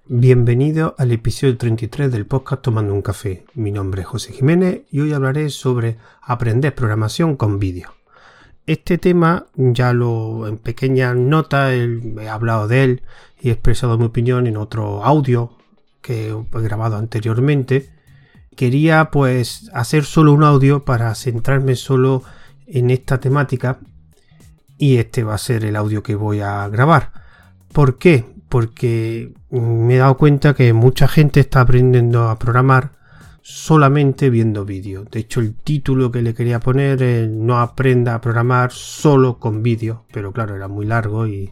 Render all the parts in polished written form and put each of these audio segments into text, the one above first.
Bienvenido al episodio 33 del podcast Tomando un Café. Mi nombre es José Jiménez y hoy hablaré sobre aprender programación con vídeo. Este tema ya en pequeñas notas he hablado de él y he expresado mi opinión en otro audio que he grabado anteriormente. Quería pues hacer solo un audio para centrarme solo en esta temática y este va a ser el audio que voy a grabar. ¿Por qué? Porque me he dado cuenta que mucha gente está aprendiendo a programar solamente viendo vídeos. De hecho, el título que le quería poner es no aprenda a programar solo con vídeos, pero claro, era muy largo y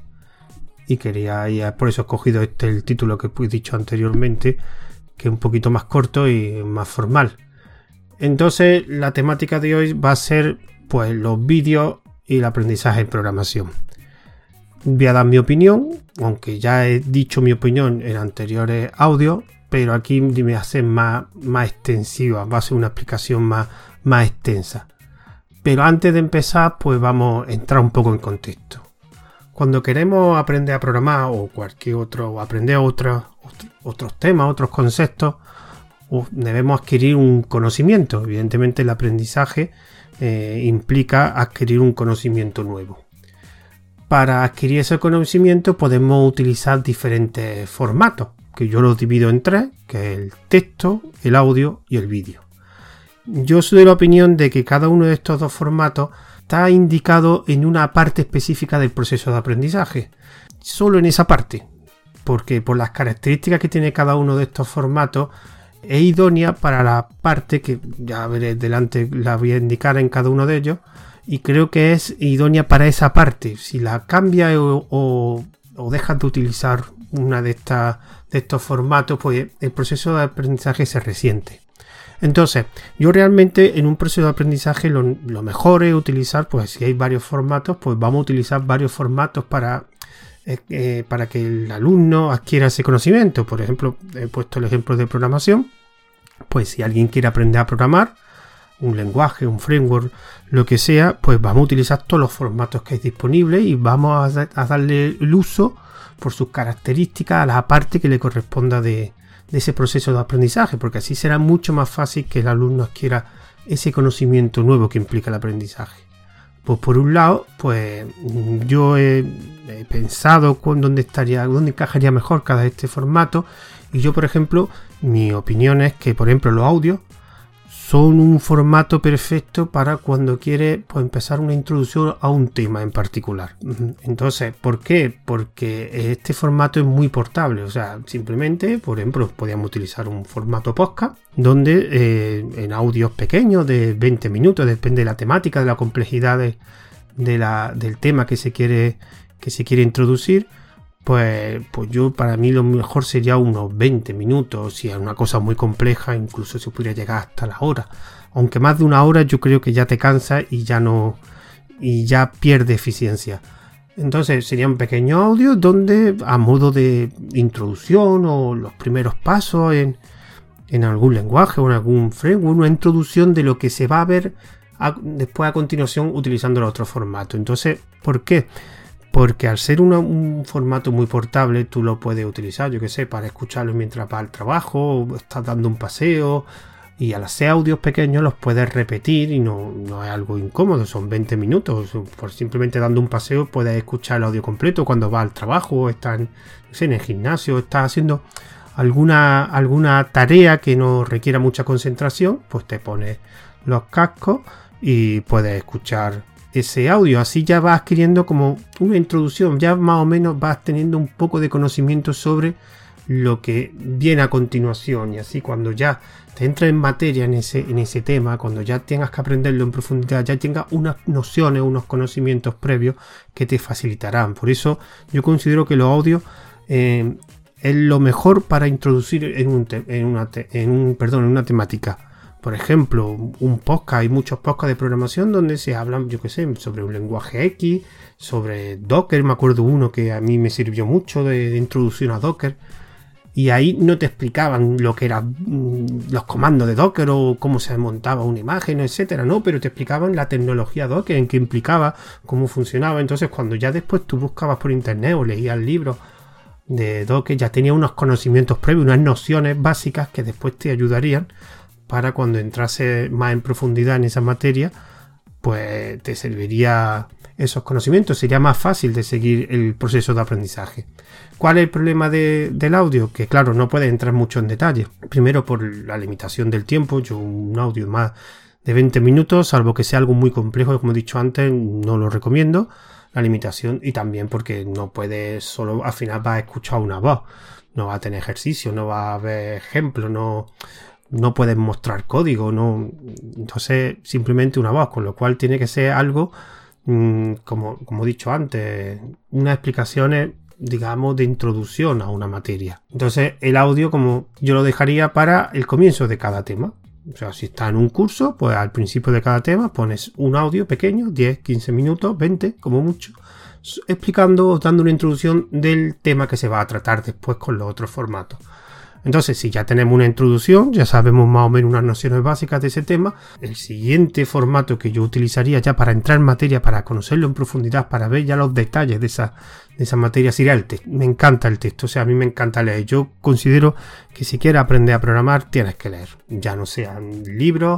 por eso he escogido el título que he dicho anteriormente, que es un poquito más corto y más formal. Entonces, la temática de hoy va a ser pues los vídeos y el aprendizaje en programación. Voy a dar mi opinión, aunque ya he dicho mi opinión en anteriores audios, pero aquí me hace más extensiva, va a ser una explicación más extensa. Pero antes de empezar, pues vamos a entrar un poco en contexto. Cuando queremos aprender a programar o cualquier otro, o aprender otros temas, otros conceptos, debemos adquirir un conocimiento. Evidentemente el aprendizaje implica adquirir un conocimiento nuevo. Para adquirir ese conocimiento podemos utilizar diferentes formatos, que yo los divido en tres, que es el texto, el audio y el vídeo. Yo soy de la opinión de que cada uno de estos dos formatos está indicado en una parte específica del proceso de aprendizaje. Solo en esa parte, porque por las características que tiene cada uno de estos formatos es idónea para la parte que ya veré delante, la voy a indicar en cada uno de ellos. Y creo que es idónea para esa parte. Si la cambias o dejas de utilizar una de estos formatos, pues el proceso de aprendizaje se resiente. Entonces, yo realmente en un proceso de aprendizaje lo mejor es utilizar, pues si hay varios formatos, pues vamos a utilizar varios formatos para que el alumno adquiera ese conocimiento. Por ejemplo, he puesto el ejemplo de programación. Pues si alguien quiere aprender a programar, un lenguaje, un framework, lo que sea, pues vamos a utilizar todos los formatos que hay disponibles y vamos a darle el uso por sus características a la parte que le corresponda de ese proceso de aprendizaje, porque así será mucho más fácil que el alumno adquiera ese conocimiento nuevo que implica el aprendizaje. Pues por un lado, pues yo he pensado dónde encajaría mejor cada formato, y yo, por ejemplo, mi opinión es que, por ejemplo, los audios son un formato perfecto para cuando quieres pues, empezar una introducción a un tema en particular. Entonces, ¿por qué? Porque este formato es muy portable. O sea, simplemente, por ejemplo, podríamos utilizar un formato podcast, donde en audios pequeños de 20 minutos, depende de la temática, de la complejidad del tema que se quiere introducir. Pues para mí lo mejor sería unos 20 minutos. Si es una cosa muy compleja, incluso se podría llegar hasta la hora. Aunque más de una hora yo creo que ya te cansa y ya pierde eficiencia. Entonces sería un pequeño audio donde a modo de introducción o los primeros pasos en algún lenguaje o en algún framework, una introducción de lo que se va a ver después a continuación utilizando el otro formato. Entonces, ¿por qué? Porque al ser un formato muy portable, tú lo puedes utilizar, yo que sé, para escucharlo mientras vas al trabajo, o estás dando un paseo, y al hacer audios pequeños los puedes repetir y no es algo incómodo, son 20 minutos. Por simplemente dando un paseo puedes escuchar el audio completo cuando vas al trabajo, o estás en el gimnasio, o estás haciendo alguna tarea que no requiera mucha concentración, pues te pones los cascos y puedes escuchar ese audio. Así ya vas adquiriendo como una introducción, ya más o menos vas teniendo un poco de conocimiento sobre lo que viene a continuación, y así cuando ya te entres en materia en ese tema, cuando ya tengas que aprenderlo en profundidad, ya tengas unas nociones, unos conocimientos previos que te facilitarán. Por eso yo considero que los audios es lo mejor para introducir en una temática. Por ejemplo, un podcast, hay muchos podcasts de programación donde se hablan, yo qué sé, sobre un lenguaje X, sobre Docker. Me acuerdo uno que a mí me sirvió mucho de introducción a Docker. Y ahí no te explicaban lo que eran los comandos de Docker o cómo se montaba una imagen, etcétera, ¿no? Pero te explicaban la tecnología Docker, en qué implicaba, cómo funcionaba. Entonces, cuando ya después tú buscabas por internet o leías libros de Docker ya tenía unos conocimientos previos, unas nociones básicas que después te ayudarían para cuando entrase más en profundidad en esa materia, pues te serviría esos conocimientos, sería más fácil de seguir el proceso de aprendizaje. ¿Cuál es el problema del audio? Que claro, no puedes entrar mucho en detalle. Primero por la limitación del tiempo, yo un audio más de 20 minutos, salvo que sea algo muy complejo, como he dicho antes, no lo recomiendo. La limitación, y también porque no puedes solo, al final vas a escuchar una voz, no va a tener ejercicio, no va a haber ejemplos, no puedes mostrar código, no, entonces simplemente una voz, con lo cual tiene que ser algo como he dicho antes, unas explicaciones, digamos, de introducción a una materia. Entonces el audio, como yo lo dejaría para el comienzo de cada tema. O sea, si está en un curso, pues al principio de cada tema pones un audio pequeño, 10, 15 minutos, 20, como mucho, explicando o dando una introducción del tema que se va a tratar después con los otros formatos. Entonces, si ya tenemos una introducción, ya sabemos más o menos unas nociones básicas de ese tema, el siguiente formato que yo utilizaría ya para entrar en materia, para conocerlo en profundidad, para ver ya los detalles de esa materia, sería el texto. Me encanta el texto, o sea, a mí me encanta leer. Yo considero que si quieres aprender a programar, tienes que leer. Ya no sean libros,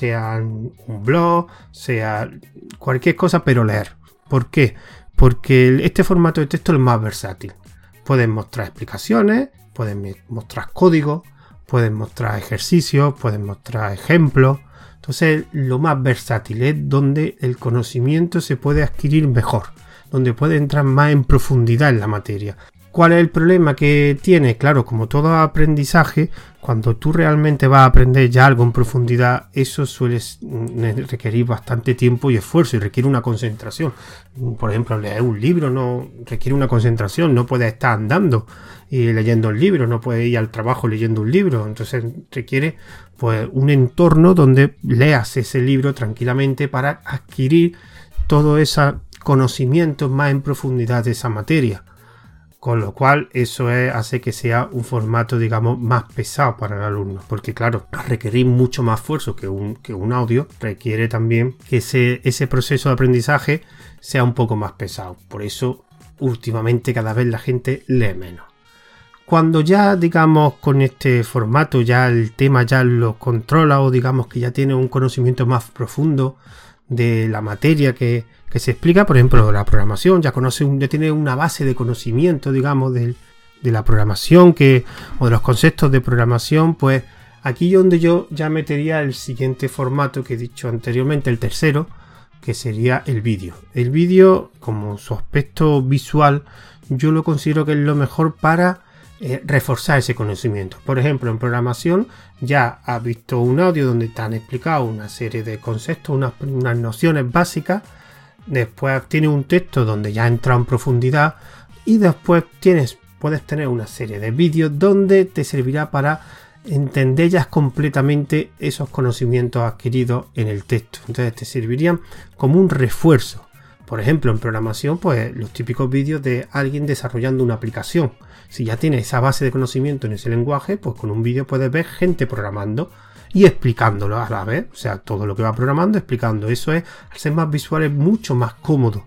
sean un blog, sea cualquier cosa, pero leer. ¿Por qué? Porque este formato de texto es más versátil. Puedes mostrar explicaciones, puedes mostrar código, puedes mostrar ejercicios, puedes mostrar ejemplos. Entonces, lo más versátil es donde el conocimiento se puede adquirir mejor, donde puede entrar más en profundidad en la materia. ¿Cuál es el problema que tiene? Claro, como todo aprendizaje, cuando tú realmente vas a aprender ya algo en profundidad, eso suele requerir bastante tiempo y esfuerzo y requiere una concentración. Por ejemplo, leer un libro no requiere una concentración, no puedes estar andando y leyendo el libro, no puedes ir al trabajo leyendo un libro, entonces requiere pues un entorno donde leas ese libro tranquilamente para adquirir todo ese conocimiento más en profundidad de esa materia. Con lo cual eso hace que sea un formato, digamos, más pesado para el alumno. Porque claro, requerir mucho más esfuerzo que un audio, requiere también que ese proceso de aprendizaje sea un poco más pesado. Por eso, últimamente cada vez la gente lee menos. Cuando ya, digamos, con este formato ya el tema ya lo controla o digamos que ya tiene un conocimiento más profundo de la materia que se explica, por ejemplo, la programación, ya tiene una base de conocimiento, digamos, de la programación o de los conceptos de programación, pues aquí es donde yo ya metería el siguiente formato que he dicho anteriormente, el tercero, que sería el vídeo. El vídeo, como su aspecto visual, yo lo considero que es lo mejor para reforzar ese conocimiento. Por ejemplo, en programación ya has visto un audio donde te han explicado una serie de conceptos, unas nociones básicas. Después tienes un texto donde ya entra en profundidad y después puedes tener una serie de vídeos donde te servirá para entender ya completamente esos conocimientos adquiridos en el texto. Entonces te servirían como un refuerzo. Por ejemplo, en programación, pues los típicos vídeos de alguien desarrollando una aplicación. Si ya tienes esa base de conocimiento en ese lenguaje, pues con un vídeo puedes ver gente programando y explicándolo a la vez. O sea, todo lo que va programando, explicando. Eso es, al ser más visual, es mucho más cómodo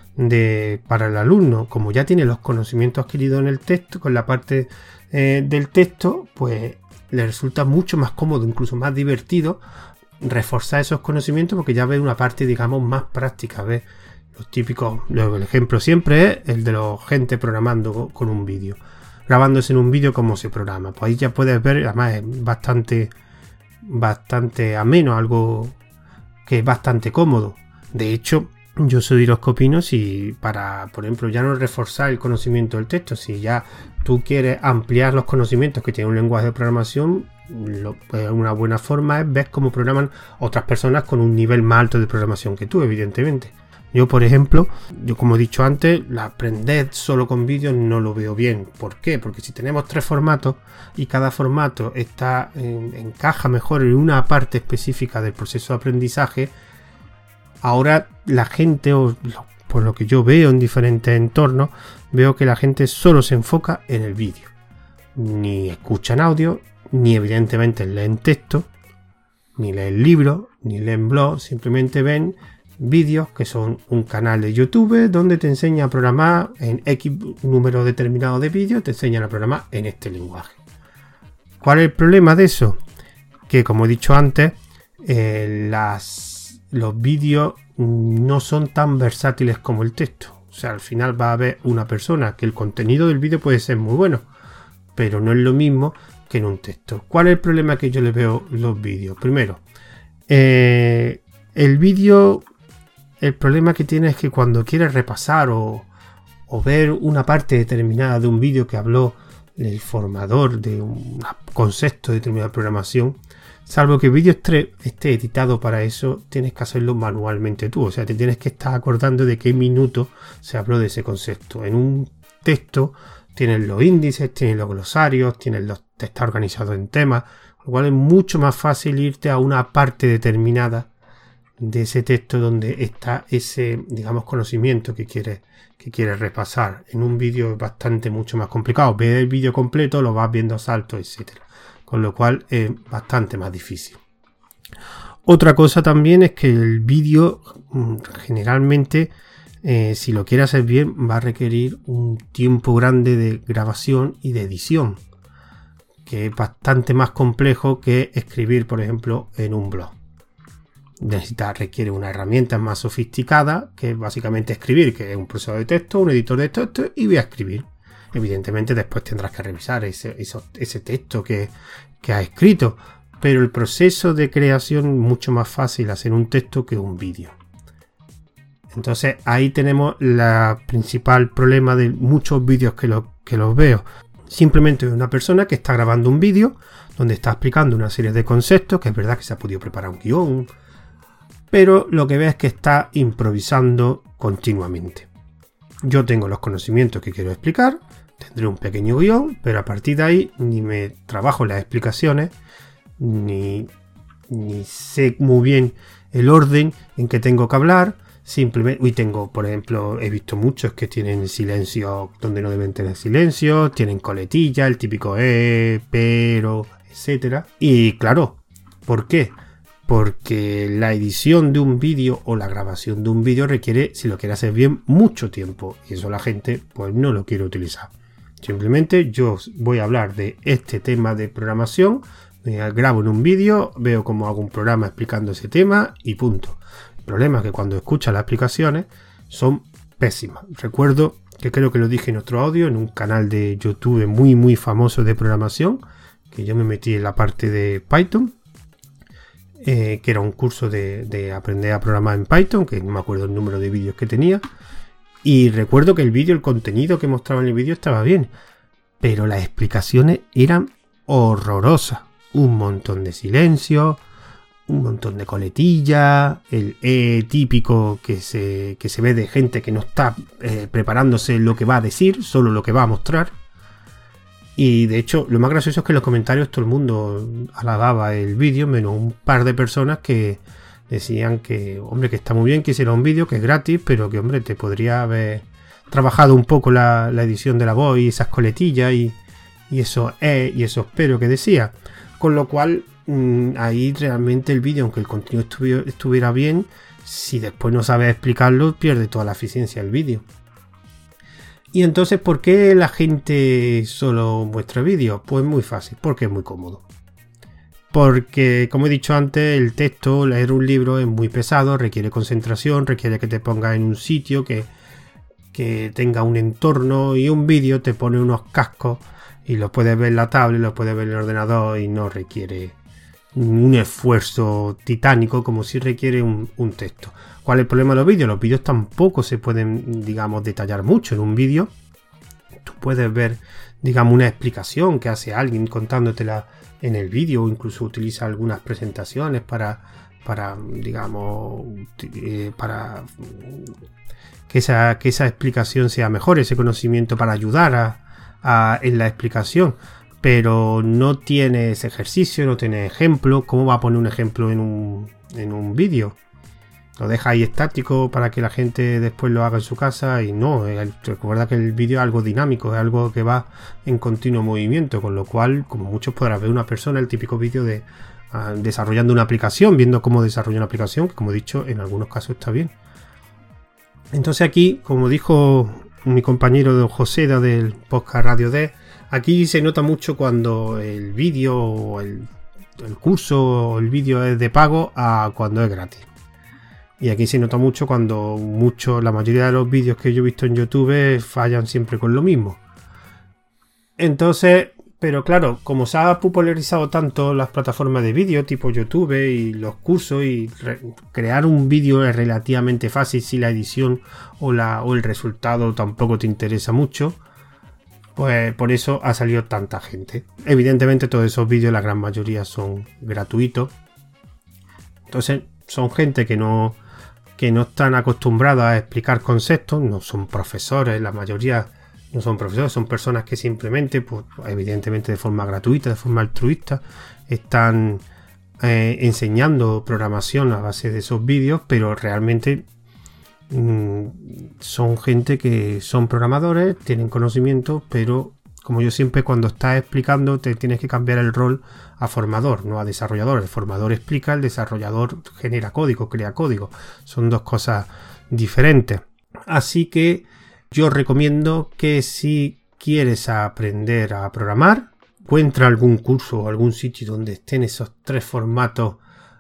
para el alumno. Como ya tiene los conocimientos adquiridos en el texto, con la parte del texto, pues le resulta mucho más cómodo, incluso más divertido, reforzar esos conocimientos porque ya ve una parte, digamos, más práctica. Ve los típicos, el ejemplo siempre es el de la gente programando con un vídeo, grabándose en un vídeo cómo se programa. Pues ahí ya puedes ver, además es bastante ameno, algo que es bastante cómodo. De hecho, yo soy de los que opino, si para, por ejemplo, ya no reforzar el conocimiento del texto, si ya tú quieres ampliar los conocimientos que tiene un lenguaje de programación, pues una buena forma es ver cómo programan otras personas con un nivel más alto de programación que tú, evidentemente. Yo, por ejemplo, como he dicho antes, aprender solo con vídeos no lo veo bien. ¿Por qué? Porque si tenemos 3 formatos y cada formato encaja mejor en una parte específica del proceso de aprendizaje, ahora la gente, por lo que yo veo en diferentes entornos, veo que la gente solo se enfoca en el vídeo. Ni escuchan audio, ni evidentemente leen texto, ni leen libros, ni leen blogs, simplemente ven vídeos que son un canal de YouTube donde te enseña a programar en X número determinado de vídeos, te enseñan a programar en este lenguaje. ¿Cuál es el problema de eso? Que como he dicho antes, los vídeos no son tan versátiles como el texto. O sea, al final va a haber una persona que el contenido del vídeo puede ser muy bueno, pero no es lo mismo que en un texto. ¿Cuál es el problema que yo le veo a los vídeos? Primero, el vídeo, el problema que tiene es que cuando quieres repasar o ver una parte determinada de un vídeo que habló el formador de un concepto determinado de programación, salvo que el vídeo esté editado para eso, tienes que hacerlo manualmente tú. O sea, te tienes que estar acordando de qué minuto se habló de ese concepto. En un texto tienes los índices, tienes los glosarios, está organizado en temas, con lo cual es mucho más fácil irte a una parte determinada de ese texto donde está ese, digamos, conocimiento que quieres repasar. En un vídeo es mucho más complicado. Ver el vídeo completo, lo vas viendo a saltos, etcétera. Con lo cual es bastante más difícil. Otra cosa también es que el vídeo generalmente, si lo quieres hacer bien, va a requerir un tiempo grande de grabación y de edición, que es bastante más complejo que escribir, por ejemplo, en un blog. Requiere una herramienta más sofisticada, que es básicamente escribir, que es un procesador de texto, un editor de texto, y voy a escribir. Evidentemente después tendrás que revisar ese texto que has escrito, pero el proceso de creación es mucho más fácil hacer un texto que un vídeo. Entonces ahí tenemos el principal problema de muchos vídeos que los veo. Simplemente una persona que está grabando un vídeo donde está explicando una serie de conceptos, que es verdad que se ha podido preparar un guión, pero lo que ves es que está improvisando continuamente. Yo tengo los conocimientos que quiero explicar, tendré un pequeño guión, pero a partir de ahí ni me trabajo las explicaciones, ni sé muy bien el orden en que tengo que hablar. Simplemente, por ejemplo, he visto muchos que tienen silencio donde no deben tener silencio, tienen coletilla, el típico pero, etcétera. Y claro, ¿por qué? Porque la edición de un vídeo o la grabación de un vídeo requiere, si lo quieres hacer bien, mucho tiempo. Y eso la gente pues no lo quiere utilizar. Simplemente yo voy a hablar de este tema de programación, me grabo en un vídeo, veo cómo hago un programa explicando ese tema y punto. El problema es que cuando escuchas las explicaciones son pésimas. Recuerdo que creo que lo dije en otro audio, en un canal de YouTube muy famoso de programación, que yo me metí en la parte de Python, que era un curso de aprender a programar en Python, que no me acuerdo el número de vídeos que tenía. Y recuerdo que el contenido que mostraba en el vídeo estaba bien, pero las explicaciones eran horrorosas. Un montón de silencio, un montón de coletillas, el típico que se ve de gente que no está preparándose lo que va a decir, solo lo que va a mostrar. Y de hecho, lo más gracioso es que en los comentarios todo el mundo alababa el vídeo, menos un par de personas que decían que, hombre, que está muy bien que hiciera un vídeo, que es gratis, pero que, hombre, te podría haber trabajado un poco la edición de la voz y esas coletillas y eso y esos pero que decía. Con lo cual, ahí realmente el vídeo, aunque el contenido estuviera bien, si después no sabes explicarlo, pierde toda la eficiencia del vídeo. Y entonces, ¿por qué la gente solo muestra vídeos? Pues muy fácil, porque es muy cómodo. Porque, como he dicho antes, el texto, leer un libro es muy pesado, requiere concentración, requiere que te pongas en un sitio que tenga un entorno, y un vídeo te pone unos cascos y lo puedes ver en la tablet, lo puedes ver en el ordenador y no requiere un esfuerzo titánico como si requiere un texto. ¿Cuál es el problema de los vídeos? Los vídeos tampoco se pueden, digamos, detallar mucho. En un vídeo tú puedes ver, digamos, una explicación que hace alguien contándotela en el vídeo, o incluso utiliza algunas presentaciones para digamos, para que esa explicación sea mejor, ese conocimiento para ayudar en la explicación. Pero no tiene ese ejercicio, no tiene ejemplo. ¿Cómo va a poner un ejemplo en un vídeo? lo deja ahí estático para que la gente después lo haga en su casa, y no, recuerda que el vídeo es algo dinámico, es algo que va en continuo movimiento, con lo cual, como muchos podrán ver una persona, el típico vídeo de desarrollando una aplicación, viendo cómo desarrolla una aplicación, que como he dicho, en algunos casos está bien. Entonces aquí, como dijo mi compañero Joseda del podcast Radio D, aquí se nota mucho cuando el vídeo o el curso o el vídeo es de pago a cuando es gratis. Y aquí se nota mucho cuando la mayoría de los vídeos que yo he visto en YouTube fallan siempre con lo mismo. Entonces, pero claro, como se ha popularizado tanto las plataformas de vídeo tipo YouTube y los cursos, y crear un vídeo es relativamente fácil si la edición o el resultado tampoco te interesa mucho, pues por eso ha salido tanta gente. Evidentemente todos esos vídeos, la gran mayoría son gratuitos. Entonces son gente que no están acostumbrados a explicar conceptos, no son profesores, la mayoría no son profesores, son personas que simplemente, pues evidentemente de forma gratuita, de forma altruista, están enseñando programación a base de esos vídeos, pero realmente son gente que son programadores, tienen conocimiento, pero como yo siempre, cuando estás explicando te tienes que cambiar el rol a formador, no a desarrollador. El formador explica, el desarrollador genera código, crea código. Son dos cosas diferentes. Así que yo recomiendo que si quieres aprender a programar, encuentra algún curso o algún sitio donde estén esos tres formatos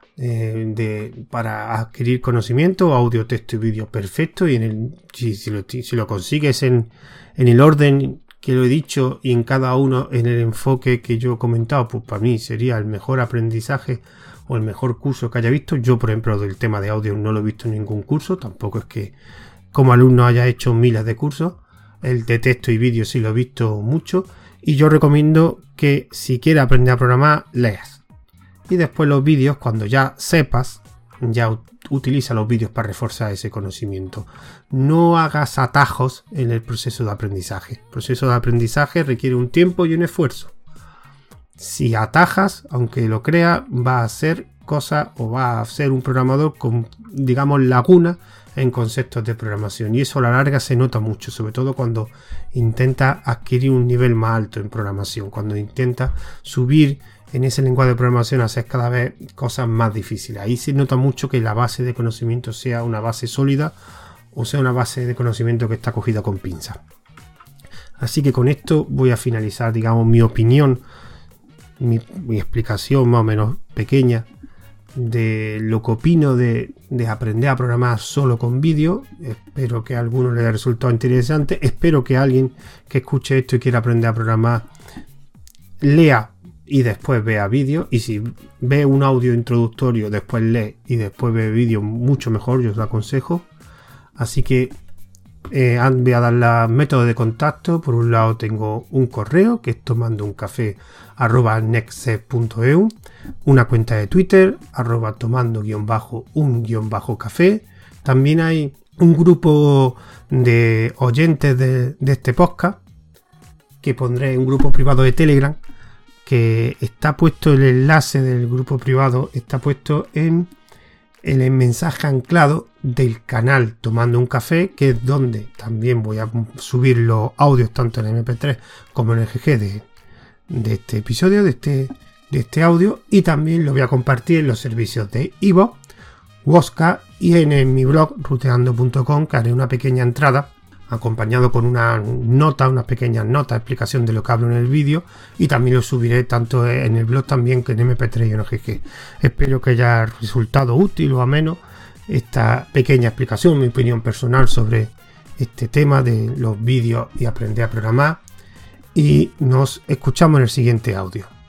para adquirir conocimiento: audio, texto y vídeo perfecto. Y si lo consigues en el orden que lo he dicho y en cada uno en el enfoque que yo he comentado, pues para mí sería el mejor aprendizaje o el mejor curso que haya visto. Yo, por ejemplo, del tema de audio no lo he visto en ningún curso, tampoco es que como alumno haya hecho miles de cursos. El de texto y vídeo sí lo he visto mucho, y yo recomiendo que si quieres aprender a programar, leas, y después los vídeos, cuando ya sepas, ya utiliza los vídeos para reforzar ese conocimiento. No hagas atajos en el proceso de aprendizaje. El proceso de aprendizaje requiere un tiempo y un esfuerzo. Si atajas, aunque lo creas, va a hacer cosas o va a ser un programador con, digamos, laguna en conceptos de programación, y eso a la larga se nota mucho, sobre todo cuando intenta adquirir un nivel más alto en programación, cuando intenta subir en ese lenguaje de programación, hacer cada vez cosas más difíciles. Ahí se nota mucho que la base de conocimiento sea una base sólida o sea una base de conocimiento que está cogida con pinzas. Así que con esto voy a finalizar, digamos, mi opinión, mi explicación más o menos pequeña de lo que opino de aprender a programar solo con vídeo. Espero que a alguno le haya resultado interesante. Espero que alguien que escuche esto y quiera aprender a programar lea y después vea vídeo, y si ve un audio introductorio, después lee y después ve vídeo, mucho mejor, yo os lo aconsejo. Así que voy a dar los métodos de contacto. Por un lado tengo un correo que es tomandouncafé@nextstep.eu, una cuenta de Twitter @tomando_un_café. También hay un grupo de oyentes de este podcast que pondré, un grupo privado de Telegram, que está puesto, el enlace del grupo privado está puesto en el mensaje anclado del canal Tomando un Café, que es donde también voy a subir los audios tanto en MP3 como en el GG de este episodio, de este audio, y también lo voy a compartir en los servicios de iVoox, Wozka y en mi blog ruteando.com, que haré una pequeña entrada acompañado con unas pequeñas notas, explicación de lo que hablo en el vídeo, y también lo subiré tanto en el blog también que en MP3 y en OGG. Espero que haya resultado útil o ameno esta pequeña explicación, mi opinión personal sobre este tema de los vídeos y aprender a programar, y nos escuchamos en el siguiente audio.